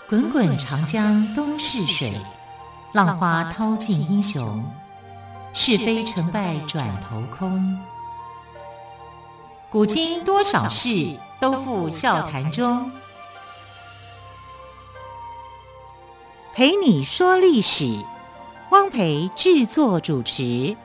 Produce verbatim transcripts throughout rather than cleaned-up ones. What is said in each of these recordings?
滚滚长江东逝水，浪花淘尽英雄。是非成败转头空。古今多少事，都付笑谈中。陪你说历史，汪培制作主持。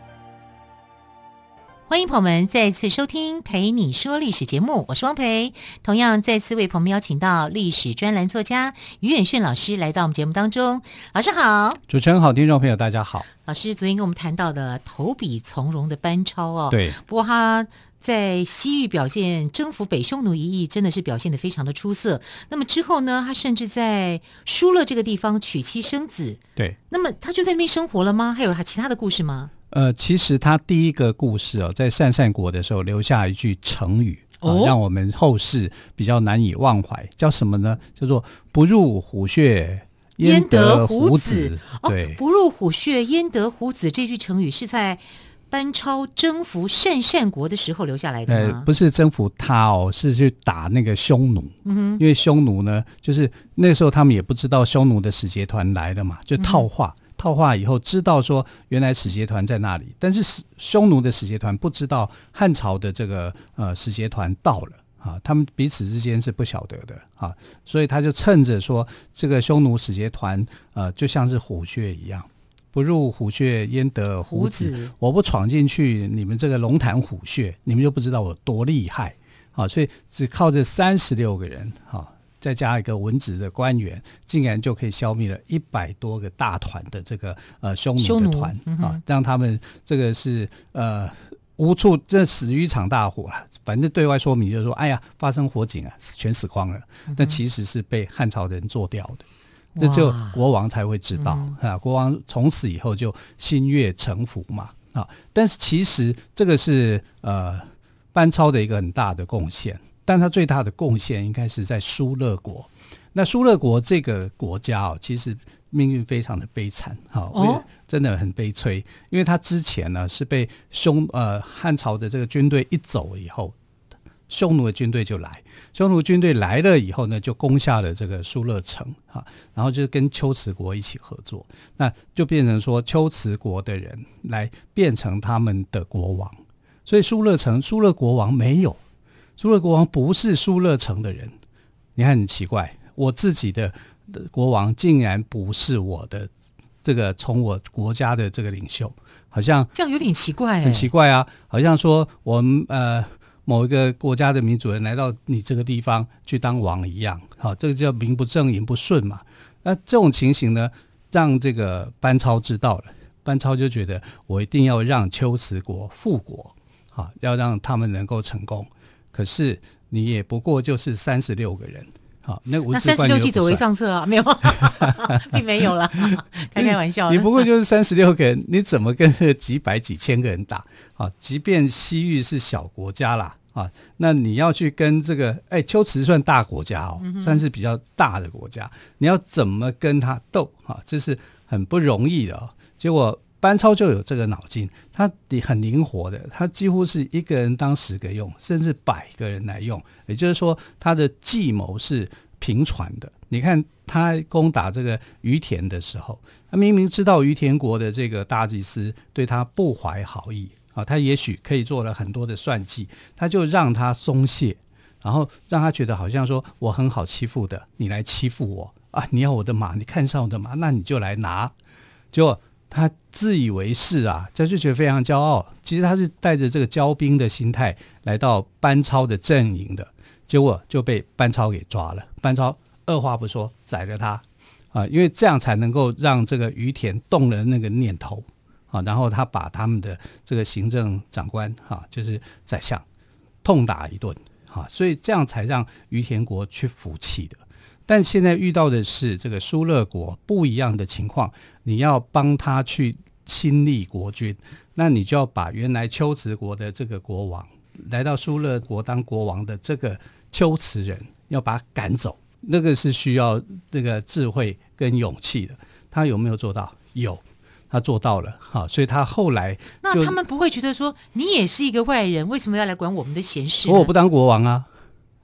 欢迎朋友们再次收听陪你说历史节目，我是汪培。同样再次为朋友们邀请到历史专栏作家于远炫老师来到我们节目当中。老师好。 主持人好，听众朋友大家好。 老师昨天跟我们谈到的投笔从戎的班超哦， 对， 不过他在西域表现征服北匈奴一役真的是表现得非常的出色。那么之后呢，他甚至在疏勒这个地方娶妻生子。 对， 那么他就在那边生活了吗？还有他其他的故事吗？ 呃，其实他第一个故事哦，在鄯善国的时候留下一句成语、哦啊、让我们后世比较难以忘怀，叫什么呢？叫做不入虎穴焉得虎子。对、哦， 不入虎穴焉得虎子这句成语是在班超征服鄯善国的时候留下来的吗？ 呃，不是征服他哦，是去打那个匈奴。嗯哼，因为匈奴呢，就是那时候他们也不知道匈奴的使节团来了嘛，就套话。嗯，套话以后知道说原来使节团在那里，但是匈奴的使节团不知道汉朝的这个呃使节团到了啊，他们彼此之间是不晓得的啊，所以他就趁着说这个匈奴使节团呃就像是虎穴一样，不入虎穴焉得虎子，虎子我不闯进去你们这个龙潭虎穴，你们就不知道我多厉害啊，所以只靠这三十六个人啊。再加一个文职的官员，竟然就可以消灭了一百多个大团的这个呃匈奴的团、嗯、啊，让他们这个是呃无处这死于一场大火啊。反正对外说明就是说，哎呀，发生火警啊，全死光了。那、嗯、其实是被汉朝人做掉的，这只有国王才会知道、嗯、啊。国王从此以后就心悦诚服嘛啊。但是其实这个是呃班超的一个很大的贡献。但他最大的贡献应该是在疏勒国。那疏勒国这个国家哦，其实命运非常的悲惨，哦，真的很悲催。因为他之前呢是被匈呃汉朝的这个军队一走以后，匈奴的军队就来，匈奴军队来了以后呢，就攻下了这个疏勒城啊，然后就跟龟兹国一起合作，那就变成说龟兹国的人来变成他们的国王，所以疏勒城疏勒国王没有。疏勒国王不是疏勒城的人，你看很奇怪，我自己的国王竟然不是我的这个从我国家的这个领袖，好像这样有点奇怪、欸， 很奇怪啊，好像说我们呃某一个国家的民主人来到你这个地方去当王一样，好，这个叫名不正言不顺嘛。那这种情形呢，让这个班超知道了，班超就觉得我一定要让龟兹国复国，好，要让他们能够成功。可是你也不过就是三十六个人，好，那那三十六记者为上策啊，没有，并没有啦，开开玩笑。 你不过就是三十六个人，你怎么跟几百几千个人打？啊，即便西域是小国家啦，啊，那你要去跟这个，哎，龟兹算大国家哦，嗯、算是比较大的国家，你要怎么跟他斗？啊，这是很不容易的哦。结果班超就有这个脑筋，他很灵活的，他几乎是一个人当十个用，甚至百个人来用。也就是说，他的计谋是频传的。你看他攻打这个于田的时候，他明明知道于田国的这个大祭司对他不怀好意啊，他也许可以做了很多的算计，他就让他松懈，然后让他觉得好像说我很好欺负的，你来欺负我啊！你要我的马，你看上我的马，那你就来拿。结果他自以为是啊，他就觉得非常骄傲。其实他是带着这个骄兵的心态来到班超的阵营的，结果就被班超给抓了。班超二话不说宰了他啊，因为这样才能够让这个于田动了那个念头啊，然后他把他们的这个行政长官啊，就是宰相痛打一顿啊，所以这样才让于田国去服气的。但现在遇到的是这个疏勒国不一样的情况，你要帮他去亲历国君，那你就要把原来龟兹国的这个国王来到疏勒国当国王的这个龟兹人要把他赶走，那个是需要这个智慧跟勇气的。他有没有做到？有，他做到了。好，所以他后来那他们不会觉得说你也是一个外人，为什么要来管我们的闲事呢？ 我不当国王啊。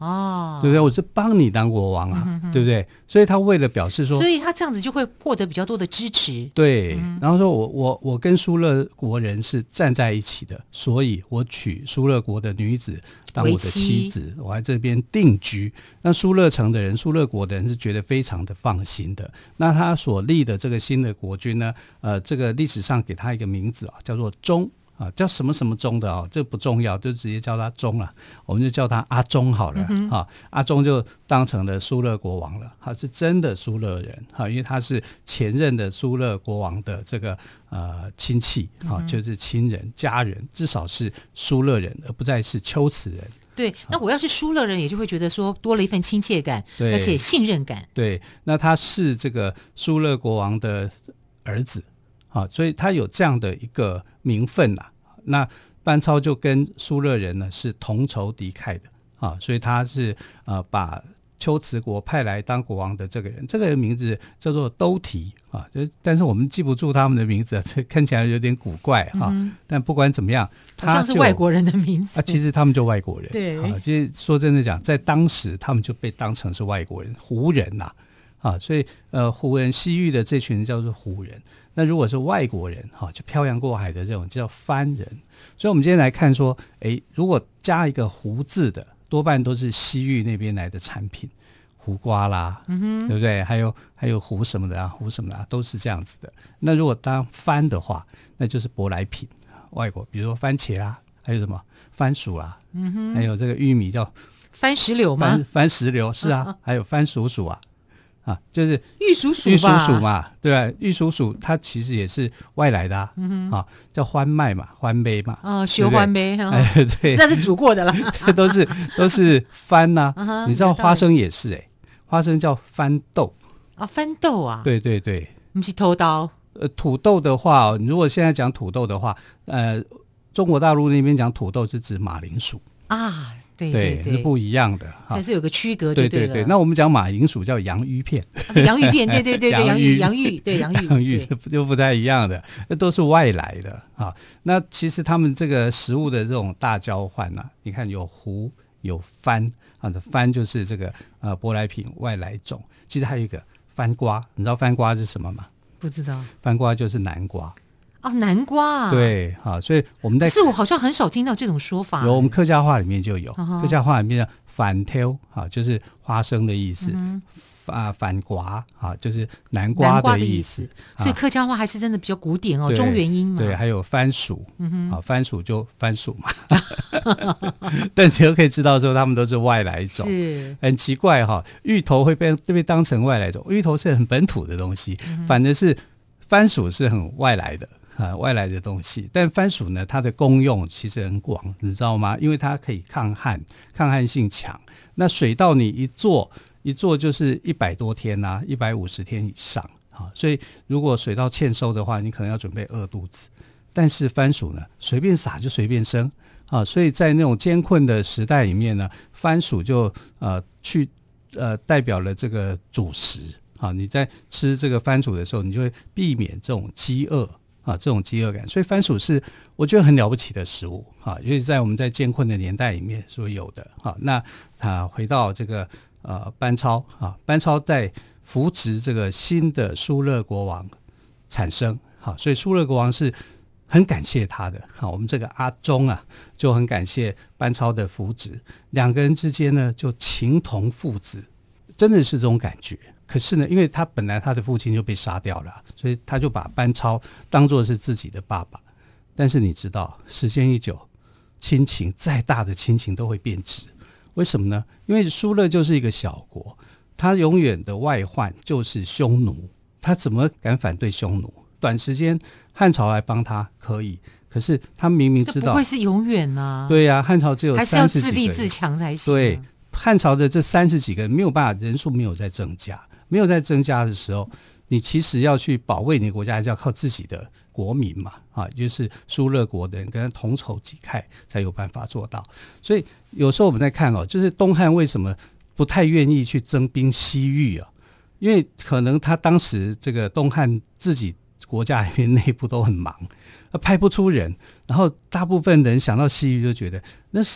哦， 对不对？我是帮你当国王啊，嗯、哼哼对不对？所以他为了表示说， 所以他这样子就会获得比较多的支持。 对， 嗯、 然后说我我我跟疏勒国人是站在一起的，所以我娶疏勒国的女子当我的妻子，我在这边定居。那疏勒城的人、疏勒国的人是觉得非常的放心的。那他所立的这个新的国君呢，呃，这个历史上给他一个名字啊，叫做忠。啊，叫什么什么忠的哦，这不重要，就直接叫他忠了，我们就叫他阿忠好了、嗯、啊。阿忠就当成了疏勒国王了，他是真的疏勒人哈、啊，因为他是前任的疏勒国王的这个呃亲戚哈、啊，就是亲人家人，至少是疏勒人，而不再是龟兹人。 对，那我要是疏勒人，也就会觉得说多了一份亲切感，而且信任感。 对，那他是这个疏勒国王的儿子。啊，所以他有这样的一个名分啦、啊。那班超就跟疏勒人呢是同仇敌忾的啊，所以他是呃把龟兹国派来当国王的这个人，这个人名字叫做兜提啊，就但是我们记不住他们的名字，这看起来有点古怪哈、啊嗯。但不管怎么样，他好像是外国人的名字啊，其实他们就外国人。 对啊，其实说真的讲，在当时他们就被当成是外国人，胡人呐啊，所以呃胡人西域的这群人叫做胡人。那如果是外国人哈，就漂洋过海的这种叫番人。所以我们今天来看说，诶，如果加一个胡字的，多半都是西域那边来的产品，胡瓜啦，嗯哼，对不对？还有还有胡什么的啊，胡什么的啊，都是这样子的。那如果当番的话，那就是舶来品，外国，比如说番茄啦，还有什么番薯啦，嗯哼，还有这个玉米叫番石榴吗？ 番番石榴是啊，还有番薯薯啊。啊，就是玉蜀黍， 玉蜀黍嘛，对啊，玉蜀黍它其实也是外来的啊，嗯、啊叫欢麦嘛，欢杯嘛， 哦，学欢杯， 哎，对， 这是煮过的啦， 这都是都是番呐、啊， uh-huh, 你知道花生也是哎、欸，花生叫番豆啊，番豆啊， 对对对， 不是土豆， 呃，土豆的话，你如果现在讲土豆的话，呃，中国大陆那边讲土豆是指马铃薯啊。对对对, 对，是不一样的， 还是有个区隔就对了。 对对对，那我们讲马铃薯叫洋芋片， 洋芋片，对对对对，洋芋洋芋，对洋芋， 洋芋就不太一样的，那都是外来的啊。那其实他们这个食物的这种大交换呢、啊，你看有胡有番啊，番就是这个呃舶来品外来种。其实还有一个番瓜，你知道番瓜是什么吗？ 不知道， 番瓜就是南瓜。 哦，南瓜啊， 对，好，所以我们在是我好像很少听到这种说法。 有，我们客家话里面就有， 哦、 客家话里面叫反挑，好，就是花生的意思。嗯啊，反瓜啊，就是南瓜的意思， 意思所以客家话还是真的比较古典哦，中原音嘛。 对，还有番薯，嗯啊，番薯就番薯嘛。但你又可以知道说，他们都是外来种， 是很奇怪哈、哦。芋头会被被当成外来种，芋头是很本土的东西，嗯、反而是番薯是很外来的。啊，外来的东西，但番薯呢，它的功用其实很广，你知道吗？因为它可以抗旱，抗旱性强。那水稻你一做一做就是一百多天啊，一百五十天以上啊，所以如果水稻欠收的话，你可能要准备饿肚子。但是番薯呢，随便撒就随便生啊，所以在那种艰困的时代里面呢，番薯就呃去呃代表了这个主食啊。你在吃这个番薯的时候，你就会避免这种饥饿。啊，这种饥饿感，所以番薯是我觉得很了不起的食物啊，尤其在我们在艰困的年代里面所有的。好，那啊，回到这个呃班超啊，班超在扶植这个新的疏勒国王产生，好，所以疏勒国王是很感谢他的。好，我们这个阿忠啊，就很感谢班超的扶植，两个人之间呢就情同父子，真的是这种感觉。可是呢，因为他本来他的父亲就被杀掉了，所以他就把班超当作是自己的爸爸。但是你知道，时间一久，亲情再大的亲情都会变质。为什么呢？因为疏勒就是一个小国，他永远的外患就是匈奴，他怎么敢反对匈奴？短时间汉朝来帮他可以，可是他明明知道不会是永远啊。 对呀、啊，汉朝只有三十几个人，还是要自立自强才行、啊。 对，汉朝的这三十几个人没有办法，人数没有在增加。没有在增加的时候，你其实要去保卫你的国家，还是要靠自己的国民嘛，啊，就是疏勒国的人跟他同仇敌忾才有办法做到。所以有时候我们在看哦，就是东汉为什么不太愿意去征兵西域啊？因为可能他当时这个东汉自己国家里面内部都很忙，派不出人，然后大部分人想到西域就觉得那什么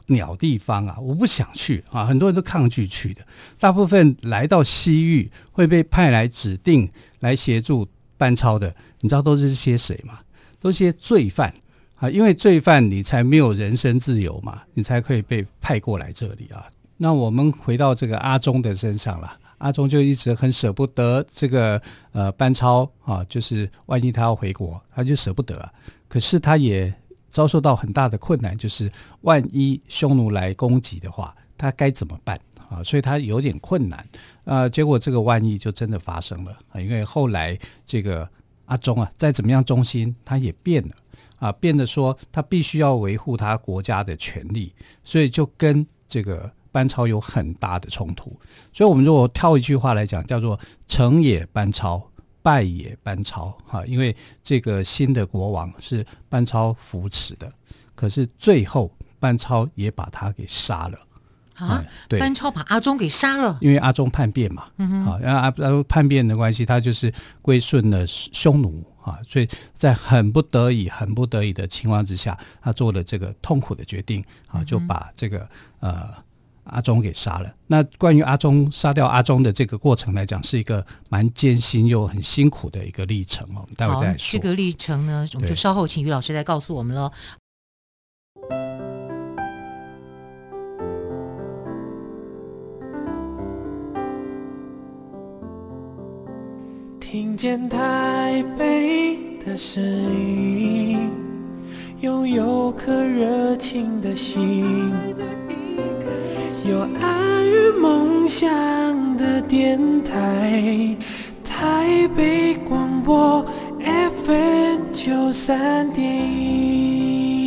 鸟地方啊，我不想去啊，很多人都抗拒去的。大部分来到西域会被派来指定来协助班超的，你知道都是些谁吗？都是些罪犯啊，因为罪犯你才没有人身自由嘛，你才可以被派过来这里啊。那我们回到这个阿忠的身上了，阿忠就一直很舍不得这个呃班超啊，就是万一他要回国，他就舍不得啊。可是他也遭受到很大的困难，就是万一匈奴来攻击的话，他该怎么办啊？所以他有点困难啊。结果这个万一就真的发生了啊，因为后来这个阿忠啊，再怎么样忠心，他也变了啊，变得说他必须要维护他国家的权利，所以就跟这个班超有很大的冲突。所以我们如果跳一句话来讲，叫做成也班超，败也班超哈，因为这个新的国王是班超扶持的，可是最后班超也把他给杀了啊！对，班超把阿忠给杀了， 因为阿忠叛变嘛，嗯啊，然后阿忠叛变的关系，他就是归顺了匈奴啊，所以在很不得已、很不得已的情况之下，他做了这个痛苦的决定啊，就把这个呃。阿忠给杀了。那关于阿忠杀掉阿忠的这个过程来讲，是一个蛮艰辛又很辛苦的一个历程哦。我们待会再说。 这个历程呢，我们就稍后请于老师再告诉我们了。 听见台北的声音，拥有颗热情的心，有爱与梦想的电台，台北广播 F M 九三点一。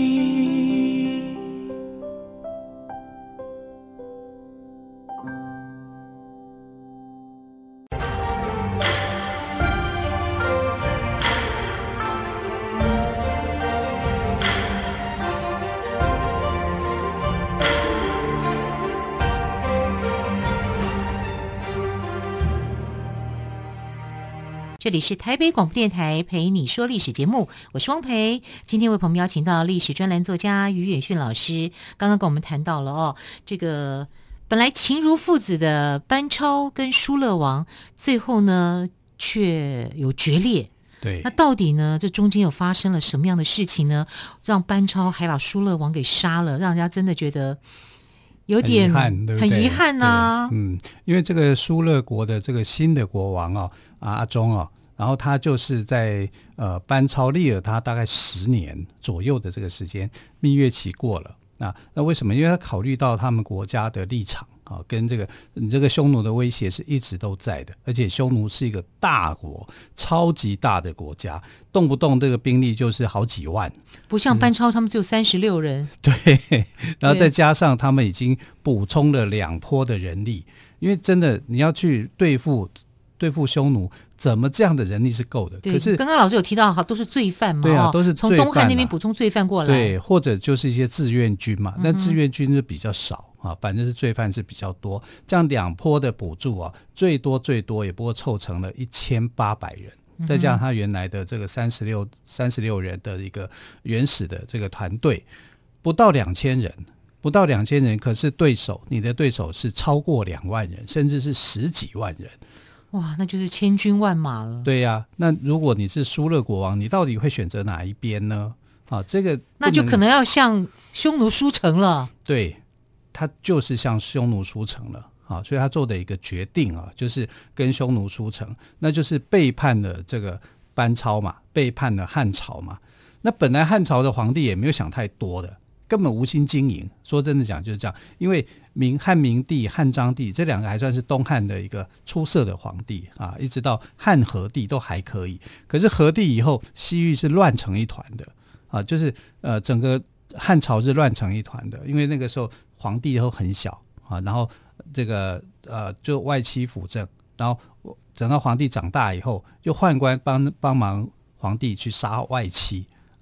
这里是台北广播电台陪你说历史节目，我是汪培。今天为朋友们邀请到历史专栏作家于远逊老师，刚刚跟我们谈到了哦，这个本来情如父子的班超跟疏勒王，最后呢却有决裂。 对， 那到底呢这中间有发生了什么样的事情呢？让班超还把疏勒王给杀了，让人家真的觉得有点很遗憾，对不对？ 很遗憾啊。 嗯，因为这个疏勒国的这个新的国王哦，阿忠哦，然后他就是在呃班超立了他大概十年左右的这个时间，蜜月期过了。那那为什么？因为他考虑到他们国家的立场啊，跟这个你这个匈奴的威胁是一直都在的，而且匈奴是一个大国，超级大的国家，动不动这个兵力就是好几万， 不像班超他们只有三十六人。 对，然后再加上他们已经补充了两波的人力，因为真的你要去对付对付匈奴，怎么这样的人力是够的？可是刚刚老师有提到，好都是罪犯嘛， 对啊，都是从东汉那边补充罪犯过来， 对，或者就是一些志愿军嘛，那志愿军是比较少啊，反正是罪犯是比较多。这样两波的补助啊，最多最多也不过凑成了一千八百人。再加上他原来的这个三十六三十六人的一个原始的这个团队，不到两千人，不到两千人，可是对手你的对手是超过两万人，甚至是十几万人。 哇，那就是千军万马了。 对呀、啊，那如果你是疏勒国王，你到底会选择哪一边呢？啊，这个那就可能要向匈奴输城了。 对，他就是向匈奴输城了。啊，所以他做的一个决定啊，就是跟匈奴输城，那就是背叛了这个班超嘛，背叛了汉朝嘛。那本来汉朝的皇帝也没有想太多的，根本无心经营。说真的讲就是这样，因为明汉明帝、汉章帝这两个还算是东汉的一个出色的皇帝啊，一直到汉和帝都还可以。可是和帝以后，西域是乱成一团的啊，就是呃整个汉朝是乱成一团的，因为那个时候皇帝都很小啊，然后这个呃就外戚辅政，然后等到皇帝长大以后，又宦官帮帮忙皇帝去杀外戚。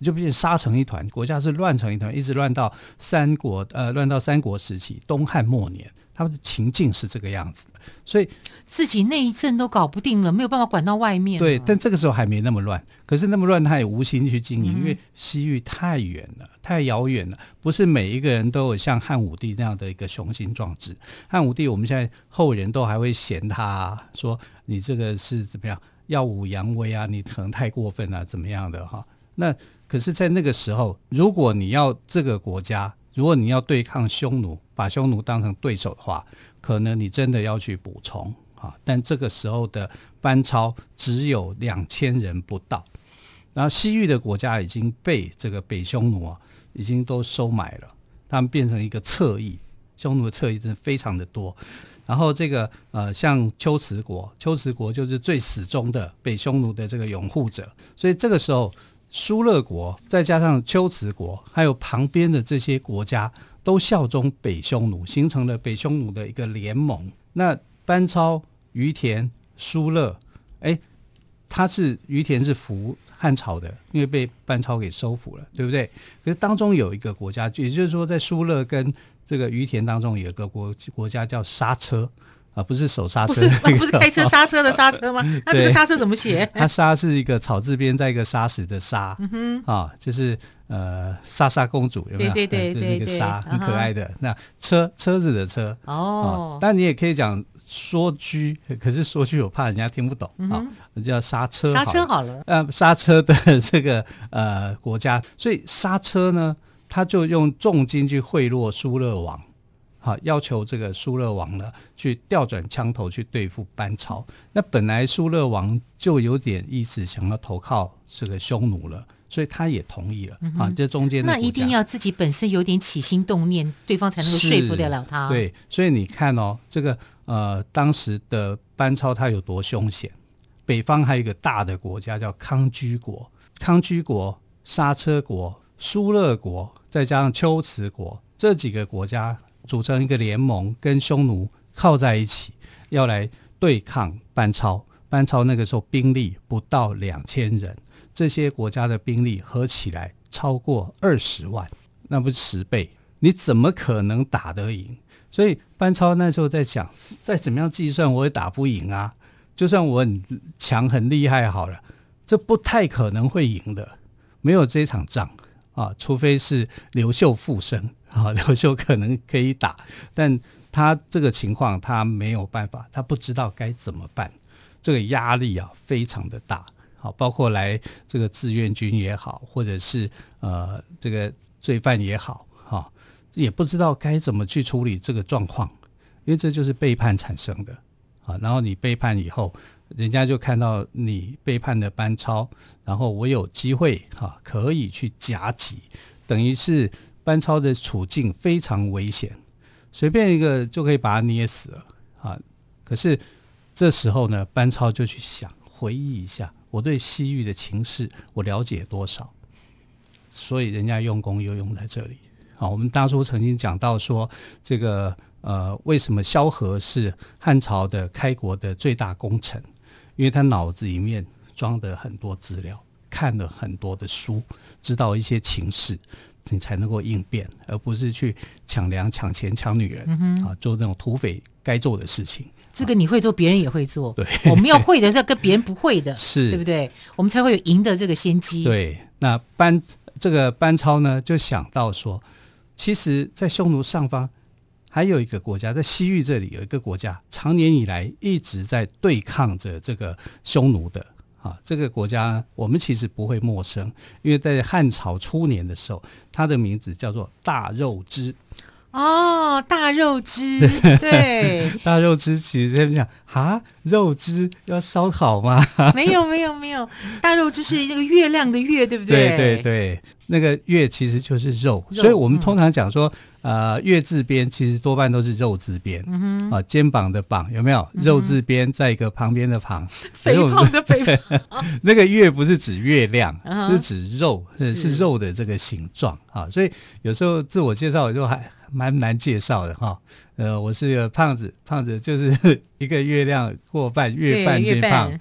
就变成杀成一团，国家是乱成一团，一直乱到三国呃乱到三国时期，东汉末年，他们的情境是这个样子的，所以自己内政都搞不定了，没有办法管到外面。 对，但这个时候还没那么乱，可是那么乱他也无心去经营，嗯、因为西域太远了，太遥远了，不是每一个人都有像汉武帝那样的一个雄心壮志。汉武帝我们现在后人都还会嫌他、啊、说你这个是怎么样耀武扬威啊，你可能太过分啊怎么样的哈。那可是在那个时候，如果你要这个国家，如果你要对抗匈奴，把匈奴当成对手的话，可能你真的要去补充啊。但这个时候的班超只有两千人不到，然后西域的国家已经被这个北匈奴啊，已经都收买了，他们变成一个侧翼，匈奴的侧翼真的非常的多。然后这个呃，像龟兹国，龟兹国就是最死忠的北匈奴的这个拥护者，所以这个时候疏勒国再加上龟兹国还有旁边的这些国家都效忠北匈奴，形成了北匈奴的一个联盟。那班超、于田、疏勒，哎，他是于田是服汉朝的，因为被班超给收服了，对不对？可是当中有一个国家，也就是说在疏勒跟这个于田当中有一个国国家叫刹车啊，不是手刹车、那个，不是不是开车刹车的刹车吗？那这个刹车怎么写？ 它刹是一个草字边，在一个砂石的砂、嗯、啊，就是呃莎莎公主有没有？ 对对对对， 那个莎很可爱的。那车车子的车哦， 但、啊、你也可以讲说居，可是说居我怕人家听不懂、嗯、啊，叫刹车好了， 刹车好了。 呃，刹车的这个呃国家，所以刹车呢，他就用重金去贿赂疏勒王。好，要求这个疏勒王呢去调转枪头去对付班超。那本来疏勒王就有点意思想要投靠这个匈奴了，所以他也同意了、嗯、啊。这中间的那一定要自己本身有点起心动念，对方才能够说服得了他。 对，所以你看哦，这个呃当时的班超他有多凶险。北方还有一个大的国家叫康居国，康居国、刹车国、疏勒国，再加上龟兹国，这几个国家组成一个联盟，跟匈奴靠在一起，要来对抗班超。班超那个时候兵力不到两千人，这些国家的兵力合起来超过二十万，那不是十倍，你怎么可能打得赢？所以班超那时候在想，再怎么样计算我也打不赢啊，就算我很强很厉害好了，这不太可能会赢的，没有这场仗啊，除非是刘秀复生啊，刘秀可能可以打，但他这个情况他没有办法，他不知道该怎么办，这个压力啊非常的大。好，包括来这个志愿军也好，或者是呃这个罪犯也好，哈、哦，也不知道该怎么去处理这个状况，因为这就是背叛产生的啊。然后你背叛以后，人家就看到你背叛的班超，然后我有机会哈、啊、可以去夹击，等于是班超的处境非常危险，随便一个就可以把他捏死了啊。可是这时候呢，班超就去想，回忆一下我对西域的情势我了解多少，所以人家用功又用在这里。好，我们当初曾经讲到说，这个呃，为什么萧何是汉朝的开国的最大功臣？因为他脑子里面装的很多资料，看了很多的书，知道一些情势，你才能够应变，而不是去抢粮、抢钱、抢女人、嗯、啊，做那种土匪该做的事情。 这个你会做，别人也会做。 对， 我们要会的是要跟别人不会的， 是， 对不对？我们才会有赢的这个先机。 对，那班这个班超呢，就想到说，其实，在匈奴上方还有一个国家，在西域这里有一个国家，长年以来一直在对抗着这个匈奴的。啊，这个国家我们其实不会陌生，因为在汉朝初年的时候，它的名字叫做大肉支。 哦，大肉汁，对， 大肉汁其实他们讲啊，肉汁要烧烤吗？ 没有没有没有，大肉汁是那个月亮的月，对不对？ 对对对，那个月其实就是肉，肉所以我们通常讲说，嗯、呃，月字边其实多半都是肉字边，嗯啊，肩膀的膀有没有？肉字边在一个旁边的旁， 肥胖的肥胖， 那个月不是指月亮，嗯、是指肉，是是肉的这个形状啊，所以有时候自我介绍我就还蛮难介绍的哈，呃，我是个胖子，胖子就是一个月亮过半，月半变胖，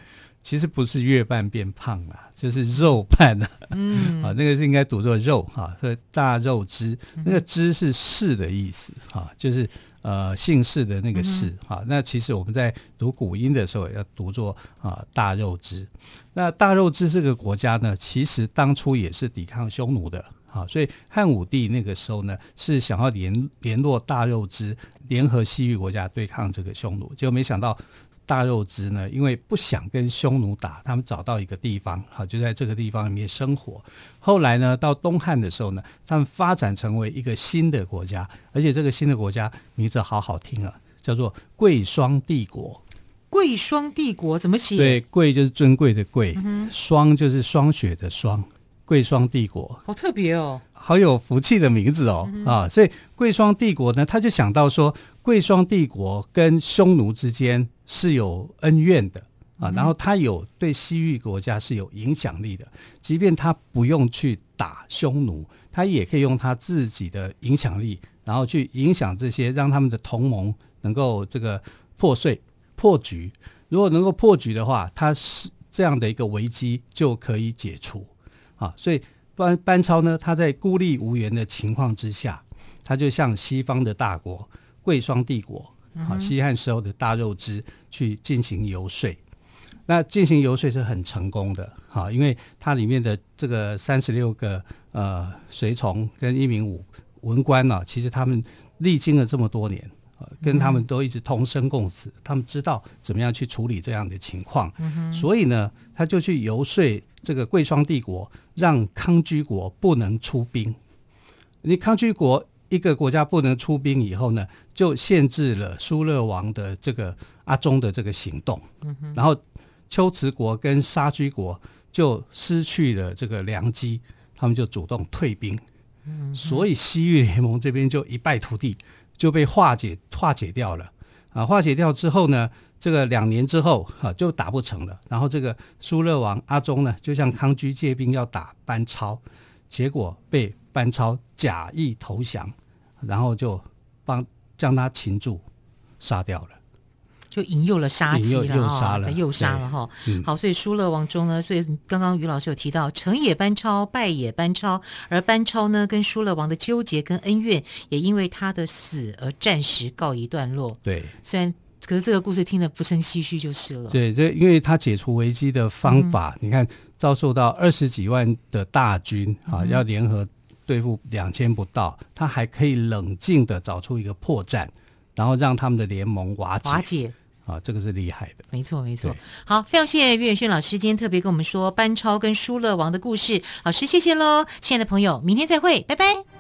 其实不是月半变胖啦，就是肉半啊。嗯，啊，那个是应该读作肉哈，所以大肉之，那个之是氏的意思哈，就是呃姓氏的那个氏哈、嗯。那其实我们在读古音的时候要读作啊大肉之。那大肉之这个国家呢，其实当初也是抵抗匈奴的。好，所以汉武帝那个时候呢，是想要联联络大肉支，联合西域国家对抗这个匈奴，结果没想到大肉支呢，因为不想跟匈奴打，他们找到一个地方，好，就在这个地方里面生活。后来呢，到东汉的时候呢，他们发展成为一个新的国家，而且这个新的国家名字好好听啊，叫做贵霜帝国。 贵霜帝国怎么写？ 对，贵就是尊贵的贵，嗯、霜就是霜雪的霜。贵霜帝国， 好特别哦， 好有福气的名字哦、嗯、啊！所以贵霜帝国呢，他就想到说，贵霜帝国跟匈奴之间是有恩怨的啊，然后他有对西域国家是有影响力的，即便他不用去打匈奴，他也可以用他自己的影响力，然后去影响这些，让他们的同盟能够这个破碎破局。如果能够破局的话，他是这样的一个危机就可以解除。啊，所以班班超呢，他在孤立无援的情况之下，他就向西方的大国贵霜帝国，啊，西汉时候的大肉支去进行游说。那进行游说是很成功的，啊，因为它里面的这个三十六个呃随从跟一名武文官呢、啊，其实他们历经了这么多年。跟他们都一直同生共死，他们知道怎么样去处理这样的情况、嗯、所以呢他就去游说这个贵霜帝国，让康居国不能出兵。你康居国一个国家不能出兵以后呢，就限制了苏勒王的这个阿忠的这个行动、嗯、然后龟兹国跟沙居国就失去了这个良机，他们就主动退兵、嗯、所以西域联盟这边就一败涂地，就被化解化解掉了啊！化解掉之后呢，这个两年之后啊就打不成了。然后这个苏勒王阿忠呢，就向康居借兵要打班超，结果被班超假意投降，然后就帮将他擒住杀掉了。 就引诱了杀机了， 诱杀了， 诱杀了哈、嗯。好，所以苏勒王中呢，所以刚刚于老师有提到，成也班超，败也班超，而班超呢跟苏勒王的纠结跟恩怨，也因为他的死而暂时告一段落。 对， 虽然可是这个故事听得不胜唏嘘就是了。 对，这因为他解除危机的方法，嗯、你看遭受到二十几万的大军啊，嗯、要联合对付两千不到，他还可以冷静的找出一个破绽，然后让他们的联盟瓦解。 瓦解。 啊，这个是厉害的， 没错没错。好，非常谢谢岳远逊老师今天特别跟我们说班超跟苏勒王的故事，老师谢谢喽，亲爱的朋友，明天再会，拜拜。